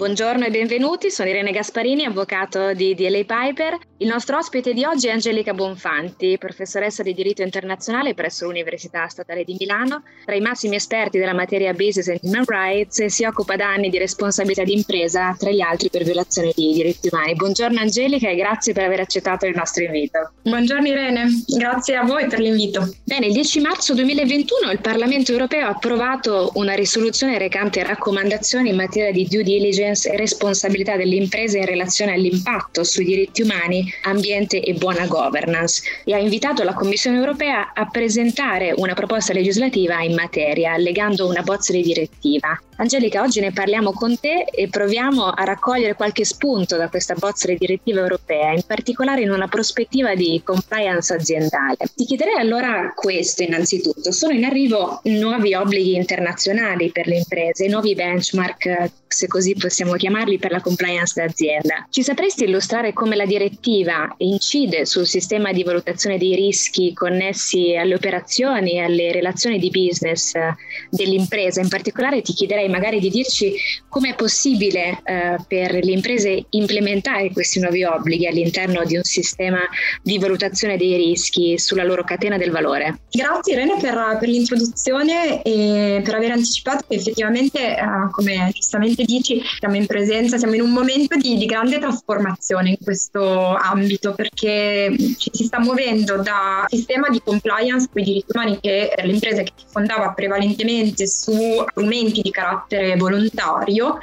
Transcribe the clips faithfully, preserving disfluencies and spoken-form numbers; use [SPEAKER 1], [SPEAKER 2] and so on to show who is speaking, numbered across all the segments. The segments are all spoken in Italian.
[SPEAKER 1] Buongiorno e benvenuti, sono Irene Gasparini, avvocato di D L A Piper. Il nostro ospite di oggi è Angelica Bonfanti, professoressa di diritto internazionale presso l'Università Statale di Milano, tra i massimi esperti della materia Business and Human Rights e si occupa da anni di responsabilità d'impresa, tra gli altri per violazione di diritti umani. Buongiorno Angelica e grazie per aver accettato il nostro invito.
[SPEAKER 2] Buongiorno Irene, grazie a voi per l'invito.
[SPEAKER 1] Bene, il dieci marzo duemilaventuno il Parlamento europeo ha approvato una risoluzione recante raccomandazioni in materia di due diligence e responsabilità delle imprese in relazione all'impatto sui diritti umani, ambiente e buona governance e ha invitato la Commissione europea a presentare una proposta legislativa in materia, allegando una bozza di direttiva. Angelica, oggi ne parliamo con te e proviamo a raccogliere qualche spunto da questa bozza di direttiva europea, in particolare in una prospettiva di compliance aziendale. Ti chiederei allora questo innanzitutto. Sono in arrivo nuovi obblighi internazionali per le imprese, nuovi benchmark, se così possiamo chiamarli, per la compliance d'azienda. Ci sapresti illustrare come la direttiva incide sul sistema di valutazione dei rischi connessi alle operazioni e alle relazioni di business dell'impresa? In particolare ti chiederei magari di dirci come è possibile eh, per le imprese implementare questi nuovi obblighi all'interno di un sistema di valutazione dei rischi sulla loro catena del valore.
[SPEAKER 2] Grazie Irene per, per l'introduzione e per aver anticipato che effettivamente, eh, come giustamente dici, siamo in presenza, siamo in un momento di, di grande trasformazione in questo ambito, perché ci si sta muovendo da un sistema di compliance con i diritti umani che le imprese che si fondava prevalentemente su strumenti di carattere volontario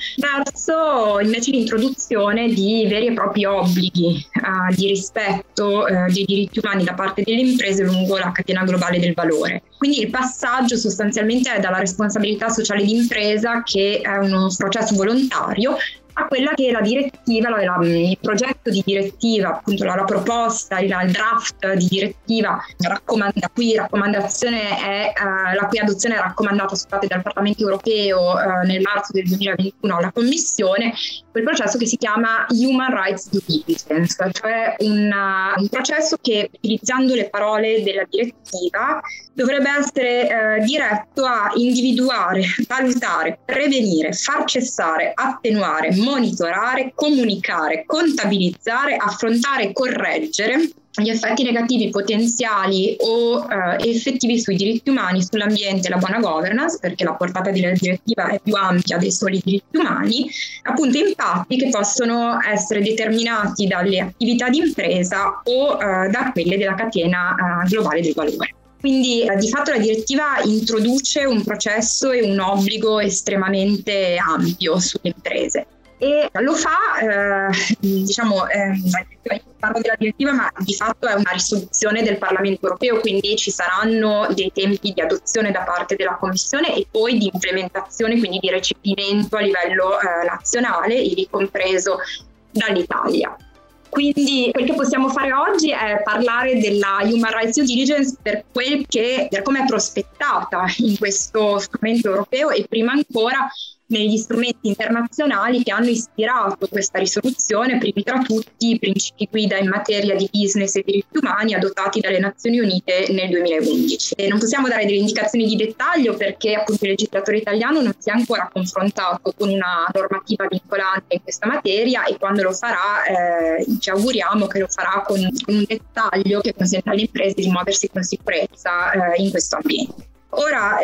[SPEAKER 2] verso invece l'introduzione di veri e propri obblighi uh, di rispetto uh, dei diritti umani da parte delle imprese lungo la catena globale del valore. Quindi il passaggio sostanzialmente è dalla responsabilità sociale d'impresa, che è uno processo volontario, a quella che è la direttiva, la, la, il progetto di direttiva, appunto la, la proposta, il, il draft di direttiva, raccomanda, qui raccomandazione è, uh, la cui adozione è raccomandata scusate, dal Parlamento europeo uh, nel marzo del duemilaventuno alla Commissione, quel processo che si chiama Human Rights Due Diligence, cioè una, un processo che, utilizzando le parole della direttiva, dovrebbe essere uh, diretto a individuare, valutare, prevenire, far cessare, attenuare, monitorare, comunicare, contabilizzare, affrontare e correggere gli effetti negativi potenziali o eh, effettivi sui diritti umani, sull'ambiente e la buona governance, perché la portata della direttiva è più ampia dei soli diritti umani, appunto impatti che possono essere determinati dalle attività di impresa o eh, da quelle della catena eh, globale del valore. Quindi eh, di fatto la direttiva introduce un processo e un obbligo estremamente ampio sulle imprese. E lo fa, eh, diciamo, eh, parlo della direttiva, ma di fatto è una risoluzione del Parlamento europeo, quindi ci saranno dei tempi di adozione da parte della Commissione e poi di implementazione, quindi di recepimento a livello eh, nazionale, ivi compreso dall'Italia. Quindi quel che possiamo fare oggi è parlare della Human Rights Due Diligence per quel che, per come è prospettata in questo strumento europeo e prima ancora negli strumenti internazionali che hanno ispirato questa risoluzione, primi tra tutti i principi guida in materia di business e diritti umani adottati dalle Nazioni Unite nel duemilaundici. E non possiamo dare delle indicazioni di dettaglio perché appunto il legislatore italiano non si è ancora confrontato con una normativa vincolante in questa materia e quando lo farà eh, ci auguriamo che lo farà con, con un dettaglio che consenta alle imprese di muoversi con sicurezza eh, in questo ambiente. Ora,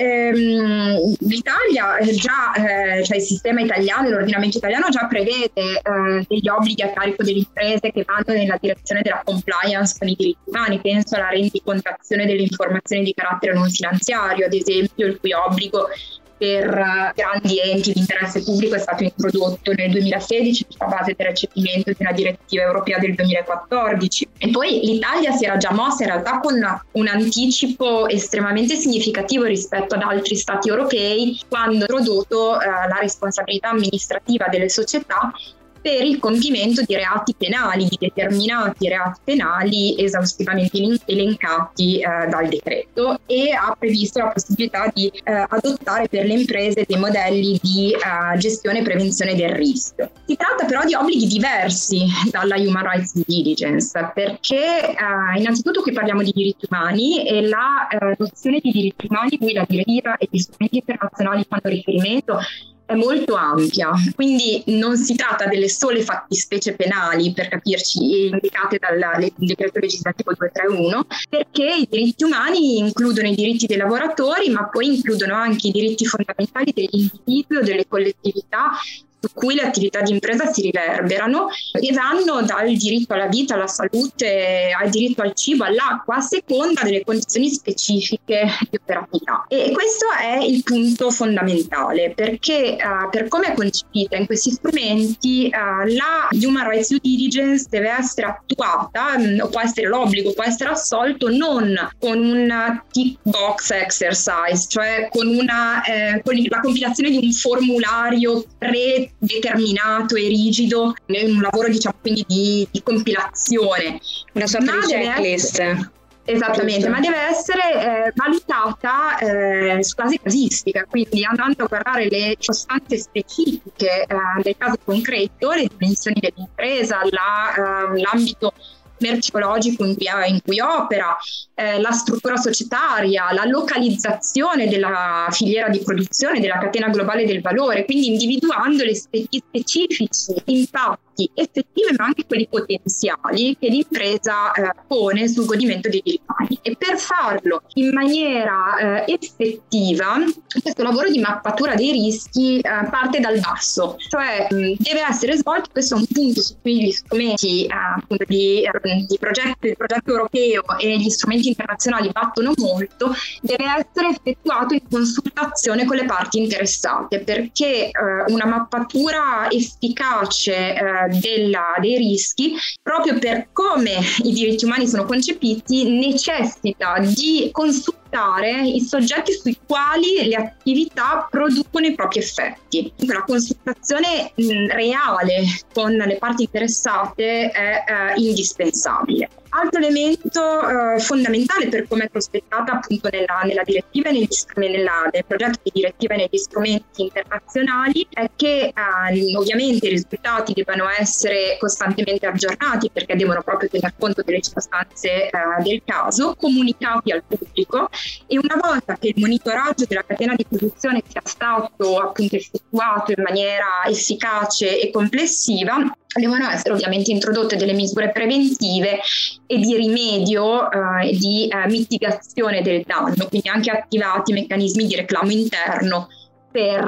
[SPEAKER 2] ehm, l'Italia già, eh, cioè il sistema italiano, l'ordinamento italiano già prevede eh, degli obblighi a carico delle imprese che vanno nella direzione della compliance con i diritti umani. Penso alla rendicontazione delle informazioni di carattere non finanziario, ad esempio, il cui obbligo per uh, grandi enti di interesse pubblico è stato introdotto nel duemilasedici a base del recepimento di una direttiva europea del duemilaquattordici. E poi l'Italia si era già mossa in realtà con un anticipo estremamente significativo rispetto ad altri stati europei quando ha introdotto uh, la responsabilità amministrativa delle società per il compimento di reati penali, di determinati reati penali esaustivamente elencati eh, dal decreto, e ha previsto la possibilità di eh, adottare per le imprese dei modelli di eh, gestione e prevenzione del rischio. Si tratta però di obblighi diversi dalla Human Rights Due Diligence, perché eh, innanzitutto qui parliamo di diritti umani e la eh, nozione di diritti umani cui la direttiva e gli strumenti internazionali fanno riferimento è molto ampia, quindi non si tratta delle sole fattispecie penali, per capirci, indicate dal decreto legislativo duecentotrentuno, perché i diritti umani includono i diritti dei lavoratori, ma poi includono anche i diritti fondamentali degli individui o delle collettività su cui le attività di impresa si riverberano, e vanno dal diritto alla vita, alla salute, al diritto al cibo, all'acqua, a seconda delle condizioni specifiche di operatività. E questo è il punto fondamentale, perché uh, per come è concepita in questi strumenti uh, la Human Rights Due Diligence deve essere attuata, um, o può essere l'obbligo, può essere assolto non con un tick box exercise, cioè con, una, eh, con la compilazione di un formulario pre determinato e rigido, in un lavoro diciamo quindi di, di compilazione,
[SPEAKER 1] una sorta
[SPEAKER 2] ma
[SPEAKER 1] di checklist.
[SPEAKER 2] Essere, esattamente, giusto. Ma deve essere eh, valutata eh, su base casistica, quindi andando a guardare le costanze specifiche eh, del caso concreto, le dimensioni dell'impresa, la, eh, l'ambito merceologico in cui, in cui opera, eh, la struttura societaria, la localizzazione della filiera di produzione, della catena globale del valore, quindi individuando gli specifici impatti effettivi ma anche quelli potenziali che l'impresa eh, pone sul godimento dei diritti umani. E per farlo in maniera eh, effettiva, questo lavoro di mappatura dei rischi eh, parte dal basso, cioè mh, deve essere svolto, questo è un punto su cui gli strumenti eh, appunto di, di progetto, il progetto europeo e gli strumenti internazionali battono molto, deve essere effettuato in consultazione con le parti interessate, perché eh, una mappatura efficace eh, Della, dei rischi, proprio per come i diritti umani sono concepiti, necessita di consultare i soggetti sui quali le attività producono i propri effetti. Quindi la consultazione mh, reale con le parti interessate è eh, indispensabile. Altro elemento eh, fondamentale per come è prospettata appunto nella, nella direttiva e negli strumenti, nella, nel progetto di direttiva e negli strumenti internazionali è che eh, ovviamente i risultati debbano essere costantemente aggiornati, perché devono proprio tener conto delle circostanze eh, del caso, comunicati al pubblico, e una volta che il monitoraggio della catena di produzione sia stato appunto effettuato in maniera efficace e complessiva, devono essere ovviamente introdotte delle misure preventive e di rimedio e eh, di eh, mitigazione del danno, quindi anche attivati meccanismi di reclamo interno per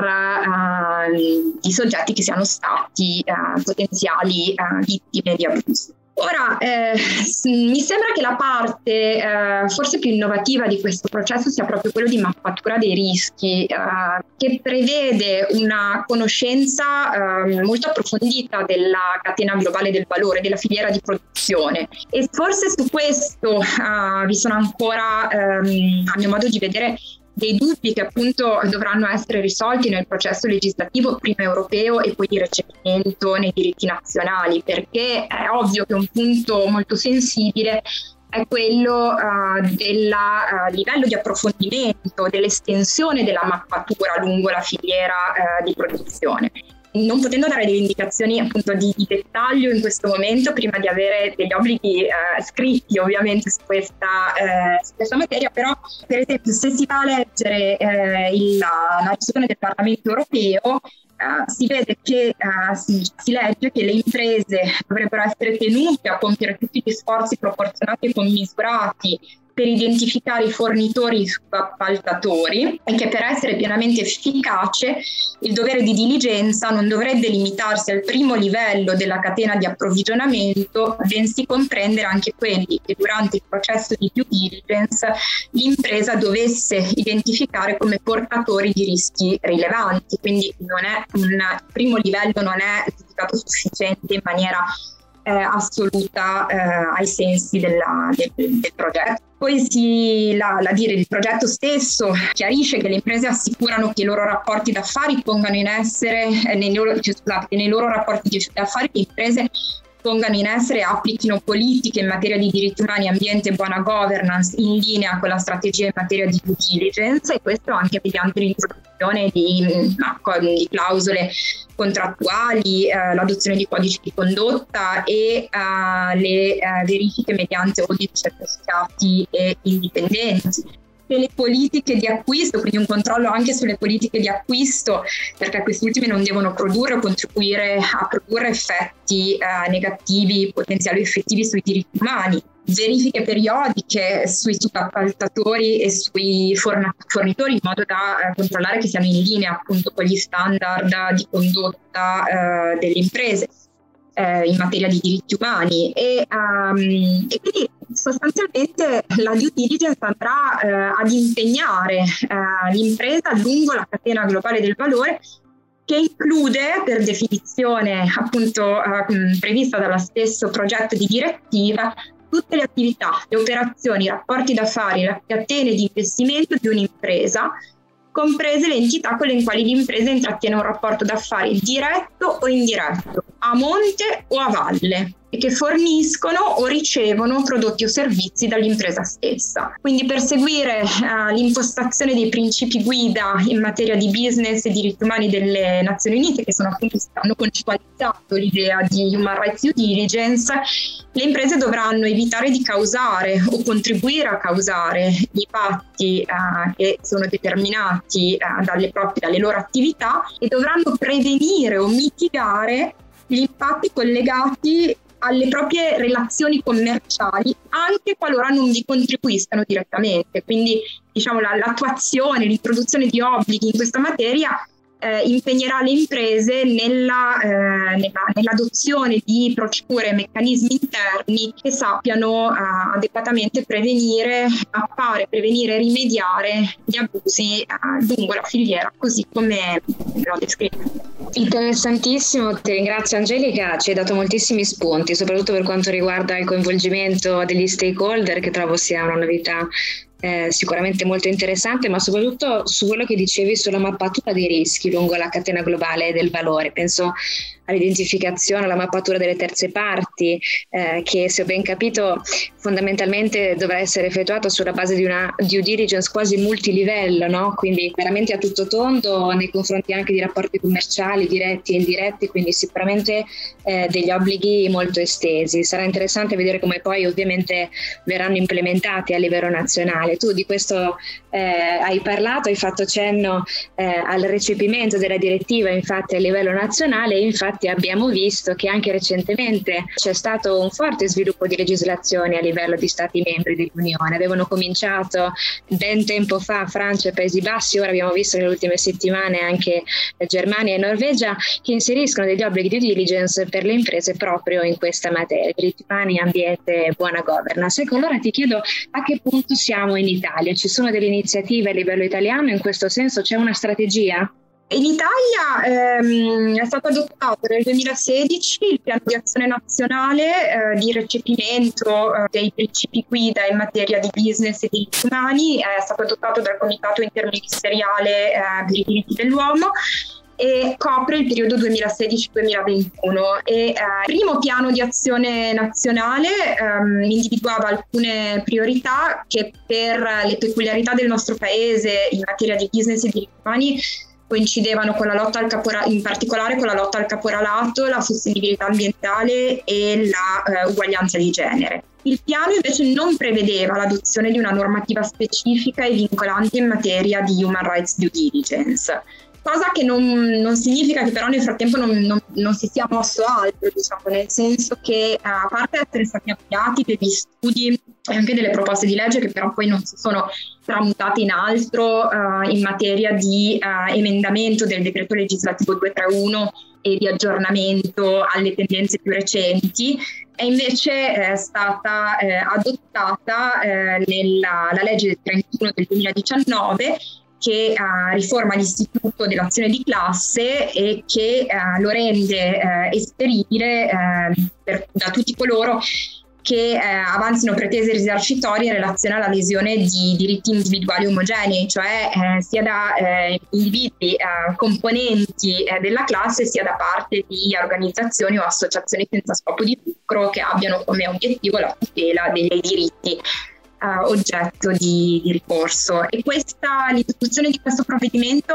[SPEAKER 2] uh, i soggetti che siano stati uh, potenziali uh, vittime di abusi. Ora, eh, mi sembra che la parte eh, forse più innovativa di questo processo sia proprio quello di mappatura dei rischi, eh, che prevede una conoscenza eh, molto approfondita della catena globale del valore, della filiera di produzione. E forse su questo eh, vi sono ancora, ehm, a mio modo di vedere, dei dubbi che appunto dovranno essere risolti nel processo legislativo prima europeo e poi di recepimento nei diritti nazionali, perché è ovvio che un punto molto sensibile è quello uh, del uh, livello di approfondimento, dell'estensione della mappatura lungo la filiera uh, di produzione. Non potendo dare delle indicazioni appunto di, di dettaglio in questo momento, prima di avere degli obblighi eh, scritti ovviamente su questa, eh, su questa materia, però per esempio se si va a leggere eh, il, la, la risoluzione del Parlamento europeo, Uh, si vede che uh, si, si legge che le imprese dovrebbero essere tenute a compiere tutti gli sforzi proporzionati e commisurati per identificare i fornitori e subappaltatori, e che per essere pienamente efficace il dovere di diligenza non dovrebbe limitarsi al primo livello della catena di approvvigionamento, bensì comprendere anche quelli che durante il processo di due diligence l'impresa dovesse identificare come portatori di rischi rilevanti. Quindi non è un il primo livello non è giudicato sufficiente in maniera eh, assoluta eh, ai sensi della, del, del progetto. Poi si, la, la dire, il progetto stesso chiarisce che le imprese assicurano che i loro rapporti d'affari pongano in essere, eh, nei, loro, scusate, nei loro rapporti d'affari le imprese pongano in essere e applichino politiche in materia di diritti umani, ambiente e buona governance in linea con la strategia in materia di due diligence, e questo anche mediante l'introduzione di, no, di clausole contrattuali, eh, l'adozione di codici di condotta e eh, le eh, verifiche mediante audit certificati e indipendenti. tutte le politiche di acquisto, quindi un controllo anche sulle politiche di acquisto, perché quest'ultime non devono produrre o contribuire a produrre effetti eh, negativi, potenziali effettivi sui diritti umani. Verifiche periodiche sui subappaltatori e sui fornitori in modo da eh, controllare che siano in linea appunto con gli standard di condotta eh, delle imprese eh, in materia di diritti umani e, um, e quindi sostanzialmente la due diligence andrà eh, ad impegnare eh, l'impresa lungo la catena globale del valore, che include, per definizione appunto eh, prevista dallo stesso progetto di direttiva, tutte le attività, le operazioni, i rapporti d'affari, le catene di investimento di un'impresa, comprese le entità con le quali l'impresa intrattiene un rapporto d'affari diretto o indiretto, a monte o a valle, e che forniscono o ricevono prodotti o servizi dall'impresa stessa. Quindi per seguire uh, l'impostazione dei principi guida in materia di business e diritti umani delle Nazioni Unite, che sono appunto hanno concettualizzato l'idea di human rights due diligence, le imprese dovranno evitare di causare o contribuire a causare i patti uh, che sono determinati uh, dalle proprie, dalle loro attività, e dovranno prevenire o mitigare gli impatti collegati alle proprie relazioni commerciali, anche qualora non vi contribuiscano direttamente. Quindi diciamo la, l'attuazione, l'introduzione di obblighi in questa materia eh, impegnerà le imprese nella, eh, nella, nell'adozione di procedure e meccanismi interni che sappiano eh, adeguatamente prevenire, appare, prevenire e rimediare gli abusi eh, lungo la filiera, così come l'ho descritto.
[SPEAKER 1] Interessantissimo, ti ringrazio Angelica, ci hai dato moltissimi spunti, soprattutto per quanto riguarda il coinvolgimento degli stakeholder, che trovo sia una novità eh, sicuramente molto interessante, ma soprattutto su quello che dicevi sulla mappatura dei rischi lungo la catena globale del valore. Penso all'identificazione, alla mappatura delle terze parti, eh, che, se ho ben capito, fondamentalmente dovrà essere effettuato sulla base di una due diligence quasi multilivello, no? Quindi veramente a tutto tondo nei confronti anche di rapporti commerciali diretti e indiretti, quindi sicuramente eh, degli obblighi molto estesi. Sarà interessante vedere come poi ovviamente verranno implementati a livello nazionale. Tu di questo eh, hai parlato, hai fatto cenno eh, al recepimento della direttiva infatti a livello nazionale, e infatti abbiamo visto che anche recentemente c'è stato un forte sviluppo di legislazione a livello di Stati membri dell'Unione. Avevano cominciato ben tempo fa Francia e Paesi Bassi, ora abbiamo visto nelle ultime settimane anche Germania e Norvegia che inseriscono degli obblighi di due diligence per le imprese proprio in questa materia, diritti umani, ambiente e buona governance. Ecco, allora ti chiedo a che punto siamo in Italia. Ci sono delle iniziative a livello italiano in questo senso? C'è una strategia?
[SPEAKER 2] In Italia ehm, è stato adottato nel duemilasedici il piano di azione nazionale eh, di recepimento eh, dei principi guida in materia di business e diritti umani. È stato adottato dal Comitato Interministeriale eh, per i diritti dell'uomo e copre il periodo duemilasedici duemilaventuno. E eh, il primo piano di azione nazionale ehm, individuava alcune priorità che, per le peculiarità del nostro paese in materia di business e diritti umani, coincidevano con la lotta al caporalato, in particolare con la lotta al caporalato, la sostenibilità ambientale e la eh, uguaglianza di genere. Il piano invece non prevedeva l'adozione di una normativa specifica e vincolante in materia di human rights due diligence, cosa che non, non significa che però nel frattempo non, non, non si sia mosso altro, diciamo, nel senso che a parte essere stati avviati degli studi e anche delle proposte di legge che però poi non si sono tramutate in altro uh, in materia di uh, emendamento del decreto legislativo duecentotrentuno e di aggiornamento alle tendenze più recenti, è invece è stata eh, adottata eh, nella la legge trentuno del duemiladiciannove, che uh, riforma l'istituto dell'azione di classe e che uh, lo rende uh, esperibile uh, per, da tutti coloro che uh, avanzino pretese risarcitorie in relazione alla lesione di diritti individuali omogenei, cioè uh, sia da uh, individui uh, componenti uh, della classe, sia da parte di organizzazioni o associazioni senza scopo di lucro che abbiano come obiettivo la tutela dei diritti Uh, oggetto di, di ricorso. E questa, l'istituzione di questo provvedimento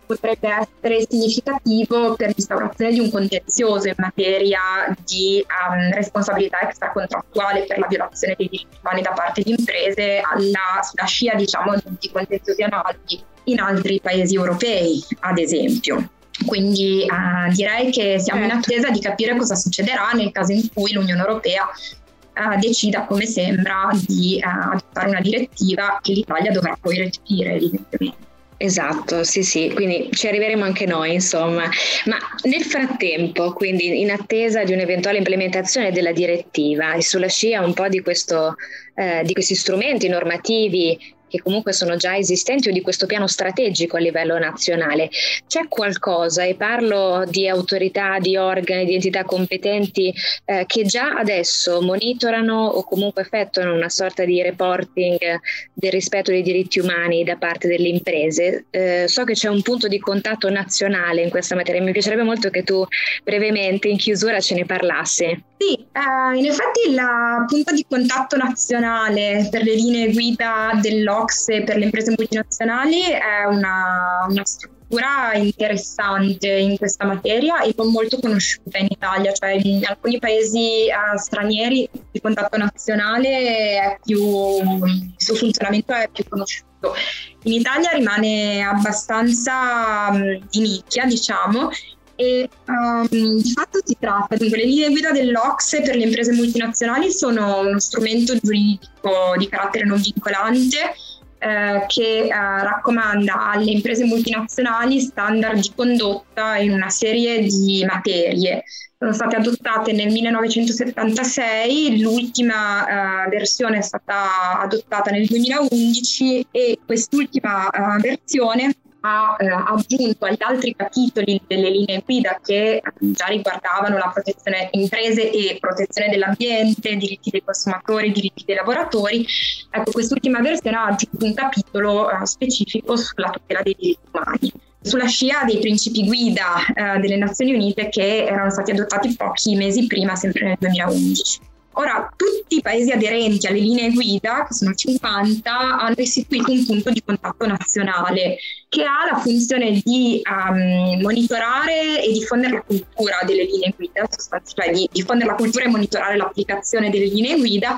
[SPEAKER 2] potrebbe essere significativo per l'instaurazione di un contenzioso in materia di um, responsabilità extracontrattuale per la violazione dei diritti umani da parte di imprese, alla, sulla scia, diciamo, di contenziosi analoghi in altri paesi europei, ad esempio. Quindi uh, direi che siamo certo. in attesa di capire cosa succederà nel caso in cui l'Unione Europea uh, decida, come sembra, di uh, adottare una direttiva che l'Italia dovrà poi recepire, evidentemente.
[SPEAKER 1] Esatto, sì sì, quindi ci arriveremo anche noi, insomma. Ma nel frattempo, quindi in attesa di un'eventuale implementazione della direttiva e sulla scia un po' di questo, eh, di questi strumenti normativi che comunque sono già esistenti o di questo piano strategico a livello nazionale, c'è qualcosa, e parlo di autorità, di organi, di entità competenti eh, che già adesso monitorano o comunque effettuano una sorta di reporting del rispetto dei diritti umani da parte delle imprese? Eh, so che c'è un punto di contatto nazionale in questa materia, mi piacerebbe molto che tu brevemente in chiusura ce ne parlassi.
[SPEAKER 2] Sì, eh, in effetti il punto di contatto nazionale per le linee guida dell'O C S E per le imprese multinazionali è una, una struttura interessante in questa materia e non molto conosciuta in Italia, cioè in alcuni paesi uh, stranieri il contatto nazionale è più, il suo funzionamento è più conosciuto. In Italia rimane abbastanza um, di nicchia, diciamo, e um, di fatto si tratta, dunque le linee guida dell'O C S E per le imprese multinazionali sono uno strumento giuridico di carattere non vincolante eh, che eh, raccomanda alle imprese multinazionali standard di condotta in una serie di materie. Sono state adottate nel millenovecentosettantasei, l'ultima eh, versione è stata adottata nel duemilaundici e quest'ultima eh, versione ha eh, aggiunto agli altri capitoli delle linee guida che già riguardavano la protezione imprese e protezione dell'ambiente, diritti dei consumatori, diritti dei lavoratori. Ecco, quest'ultima versione ha aggiunto un capitolo eh, specifico sulla tutela dei diritti umani, sulla scia dei principi guida eh, delle Nazioni Unite che erano stati adottati pochi mesi prima, sempre nel duemilaundici. Ora, tutti i paesi aderenti alle linee guida, che sono cinquanta, hanno istituito un punto di contatto nazionale che ha la funzione di um, monitorare e diffondere la cultura delle linee guida, cioè di diffondere la cultura e monitorare l'applicazione delle linee guida.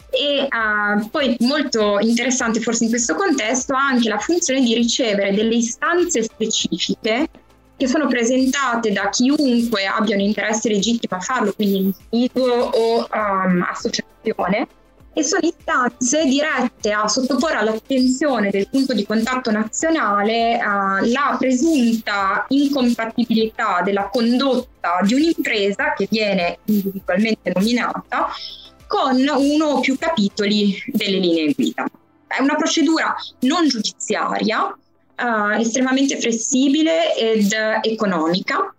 [SPEAKER 2] E uh, poi molto interessante forse in questo contesto ha anche la funzione di ricevere delle istanze specifiche che sono presentate da chiunque abbia un interesse legittimo a farlo, quindi individuo o um, associazione, e sono istanze dirette a sottoporre all'attenzione del punto di contatto nazionale uh, la presunta incompatibilità della condotta di un'impresa che viene individualmente nominata con uno o più capitoli delle linee guida. È una procedura non giudiziaria, Uh, estremamente flessibile ed economica.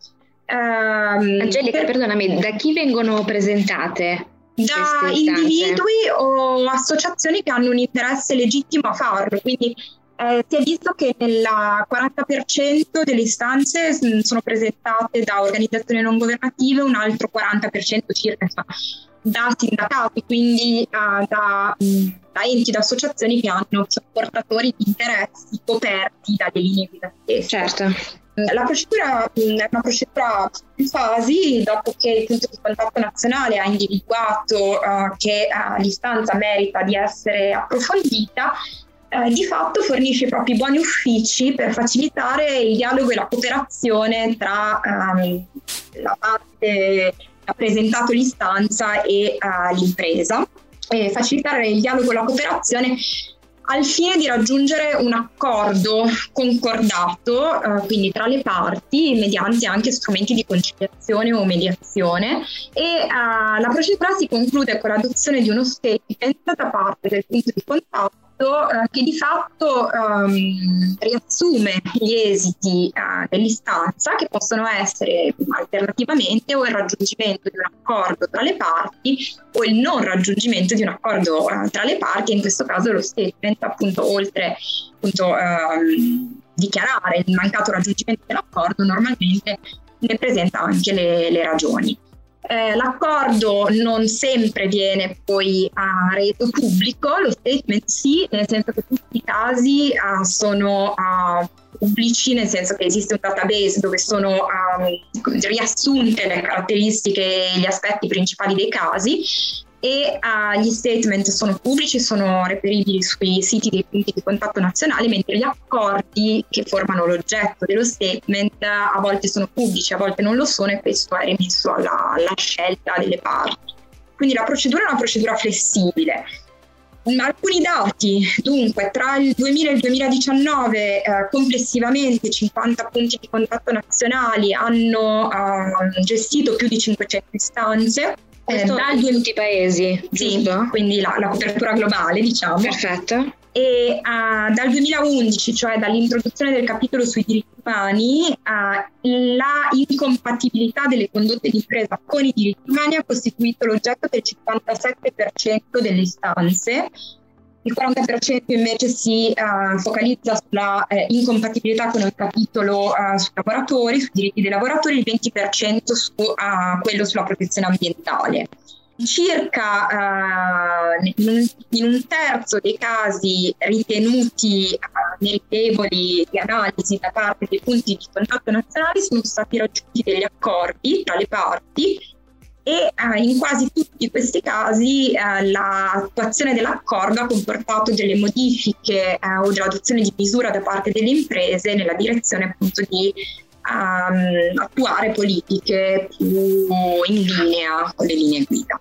[SPEAKER 1] Uh, Angelica, per... perdonami, da chi vengono presentate?
[SPEAKER 2] Da individui o associazioni che hanno un interesse legittimo a farlo, quindi eh, si è visto che nel quaranta per cento delle istanze sono presentate da organizzazioni non governative, un altro quaranta per cento circa da sindacati, quindi uh, da, mh, da enti, da associazioni che hanno portatori di interessi coperti dalle linee guida stesse.
[SPEAKER 1] Certo.
[SPEAKER 2] La procedura mh, è una procedura in fasi, dopo che il punto di contatto nazionale ha individuato uh, che uh, l'istanza merita di essere approfondita, uh, di fatto fornisce i propri buoni uffici per facilitare il dialogo e la cooperazione tra um, la parte ha presentato l'istanza e uh, l'impresa, e facilitare il dialogo e la cooperazione al fine di raggiungere un accordo concordato, uh, quindi tra le parti, mediante anche strumenti di conciliazione o mediazione, e uh, la procedura si conclude con l'adozione di uno statement da parte del punto di contatto uh, che di fatto um, riassume gli esiti uh, dell'istanza, che possono essere alternativamente o il raggiungimento di un accordo tra le parti o il non raggiungimento di un accordo uh, tra le parti, e in questo caso lo statement, appunto, oltre appunto um, dichiarare il mancato raggiungimento dell'accordo, normalmente ne presenta anche le, le ragioni. Eh, l'accordo non sempre viene poi uh, reso pubblico, lo statement sì, nel senso che tutti i casi uh, sono uh, pubblici, nel senso che esiste un database dove sono um, riassunte le caratteristiche e gli aspetti principali dei casi, e uh, gli statement sono pubblici, sono reperibili sui siti dei punti di contatto nazionali, mentre gli accordi che formano l'oggetto dello statement uh, a volte sono pubblici, a volte non lo sono, e questo è rimesso alla, alla scelta delle parti. Quindi la procedura è una procedura flessibile. Alcuni dati: dunque, tra il duemila e il duemiladiciannove eh, complessivamente cinquanta punti di contatto nazionali hanno eh, gestito più di cinquecento istanze.
[SPEAKER 1] Eh, dal tutti i paesi,
[SPEAKER 2] sì, quindi la, la copertura globale, diciamo.
[SPEAKER 1] Perfetto.
[SPEAKER 2] E uh, dal duemilaundici, cioè dall'introduzione del capitolo sui diritti umani, uh, la incompatibilità delle condotte di impresa con i diritti umani ha costituito l'oggetto del cinquantasette per cento delle istanze. Il quaranta per cento invece si uh, focalizza sulla uh, incompatibilità con il capitolo uh, sui lavoratori, sui diritti dei lavoratori, il venti per cento su uh, quello sulla protezione ambientale. Circa uh, in, un, in un terzo dei casi ritenuti uh, meritevoli di analisi da parte dei punti di contatto nazionali sono stati raggiunti degli accordi tra le parti, e uh, in quasi tutti questi casi uh, l'attuazione dell'accordo ha comportato delle modifiche uh, o dell'adozione di misura da parte delle imprese nella direzione appunto di um, attuare politiche più in linea con le linee guida.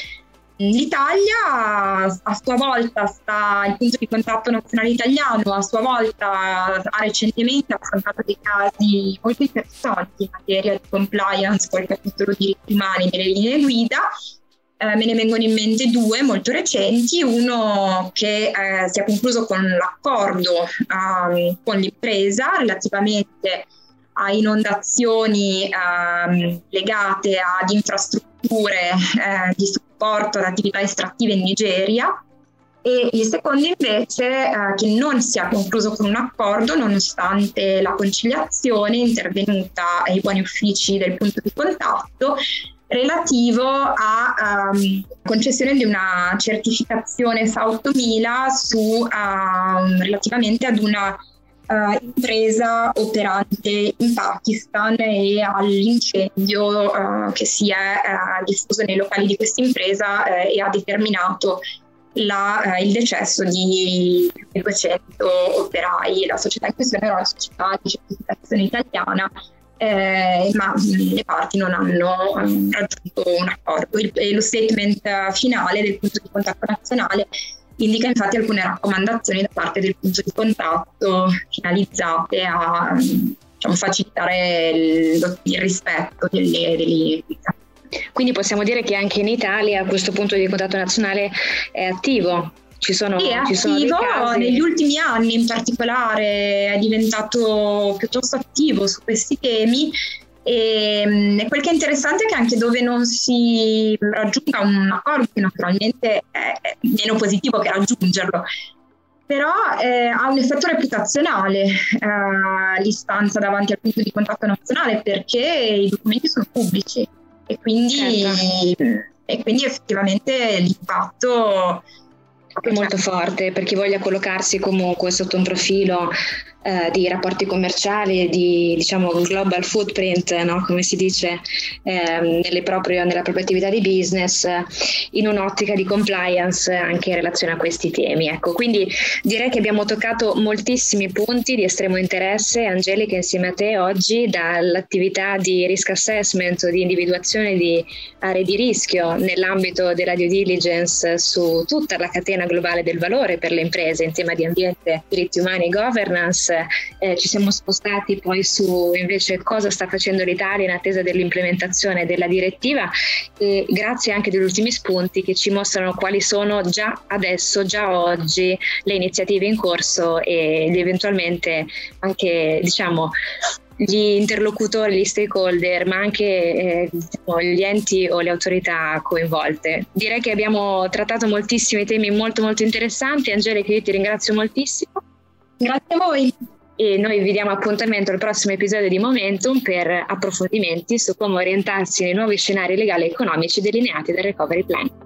[SPEAKER 2] L'Italia a sua volta sta, il punto di contatto nazionale italiano a sua volta ha recentemente affrontato dei casi molto interessanti in materia di compliance con il capitolo diritti umani nelle linee guida. Eh, me ne vengono in mente due molto recenti, uno che eh, si è concluso con l'accordo um, con l'impresa relativamente a inondazioni um, legate ad infrastrutture eh, di supporto ad attività estrattive in Nigeria, e il secondo invece eh, che non si è concluso con un accordo nonostante la conciliazione intervenuta ai buoni uffici del punto di contatto, relativo a um, concessione di una certificazione S A ottomila su, um, relativamente ad una Uh, impresa operante in Pakistan e all'incendio uh, che si è uh, diffuso nei locali di questa impresa uh, e ha determinato la, uh, il decesso di più di duecento operai. La società in questione era una società di certificazione italiana, eh, ma mh, le parti non hanno um, raggiunto un accordo. Il, lo statement uh, finale del punto di contatto nazionale indica infatti alcune raccomandazioni da parte del punto di contatto finalizzate a, diciamo, facilitare il, il rispetto delle, delle
[SPEAKER 1] Quindi possiamo dire che anche in Italia questo punto di contatto nazionale è attivo? Ci sono,
[SPEAKER 2] sì, è
[SPEAKER 1] ci sono
[SPEAKER 2] attivo,
[SPEAKER 1] dei casi...
[SPEAKER 2] negli ultimi anni in particolare è diventato piuttosto attivo su questi temi. E quel che è interessante è che anche dove non si raggiunga un accordo, che naturalmente è meno positivo che raggiungerlo, però eh, ha un effetto reputazionale eh, l'istanza davanti al punto di contatto nazionale, perché i documenti sono pubblici e quindi, certo. e quindi effettivamente l'impatto
[SPEAKER 1] è molto forte per chi voglia collocarsi comunque sotto un profilo eh, di rapporti commerciali, di diciamo global footprint, no? Come si dice, eh, nelle proprie, nella propria attività di business, in un'ottica di compliance anche in relazione a questi temi. Ecco, quindi direi che abbiamo toccato moltissimi punti di estremo interesse, Angelica, insieme a te oggi, dall'attività di risk assessment o di individuazione di aree di rischio nell'ambito della due diligence su tutta la catena globale del valore per le imprese in tema di ambiente, diritti umani e governance. Eh, ci siamo spostati poi su invece cosa sta facendo l'Italia in attesa dell'implementazione della direttiva, e grazie anche degli ultimi spunti che ci mostrano quali sono già adesso, già oggi, le iniziative in corso e eventualmente anche diciamo gli interlocutori, gli stakeholder, ma anche eh, gli enti o le autorità coinvolte. Direi che abbiamo trattato moltissimi temi molto molto interessanti. Angelica, io ti ringrazio moltissimo.
[SPEAKER 2] Grazie a voi.
[SPEAKER 1] E noi vi diamo appuntamento al prossimo episodio di Momentum per approfondimenti su come orientarsi nei nuovi scenari legali e economici delineati dal Recovery Plan.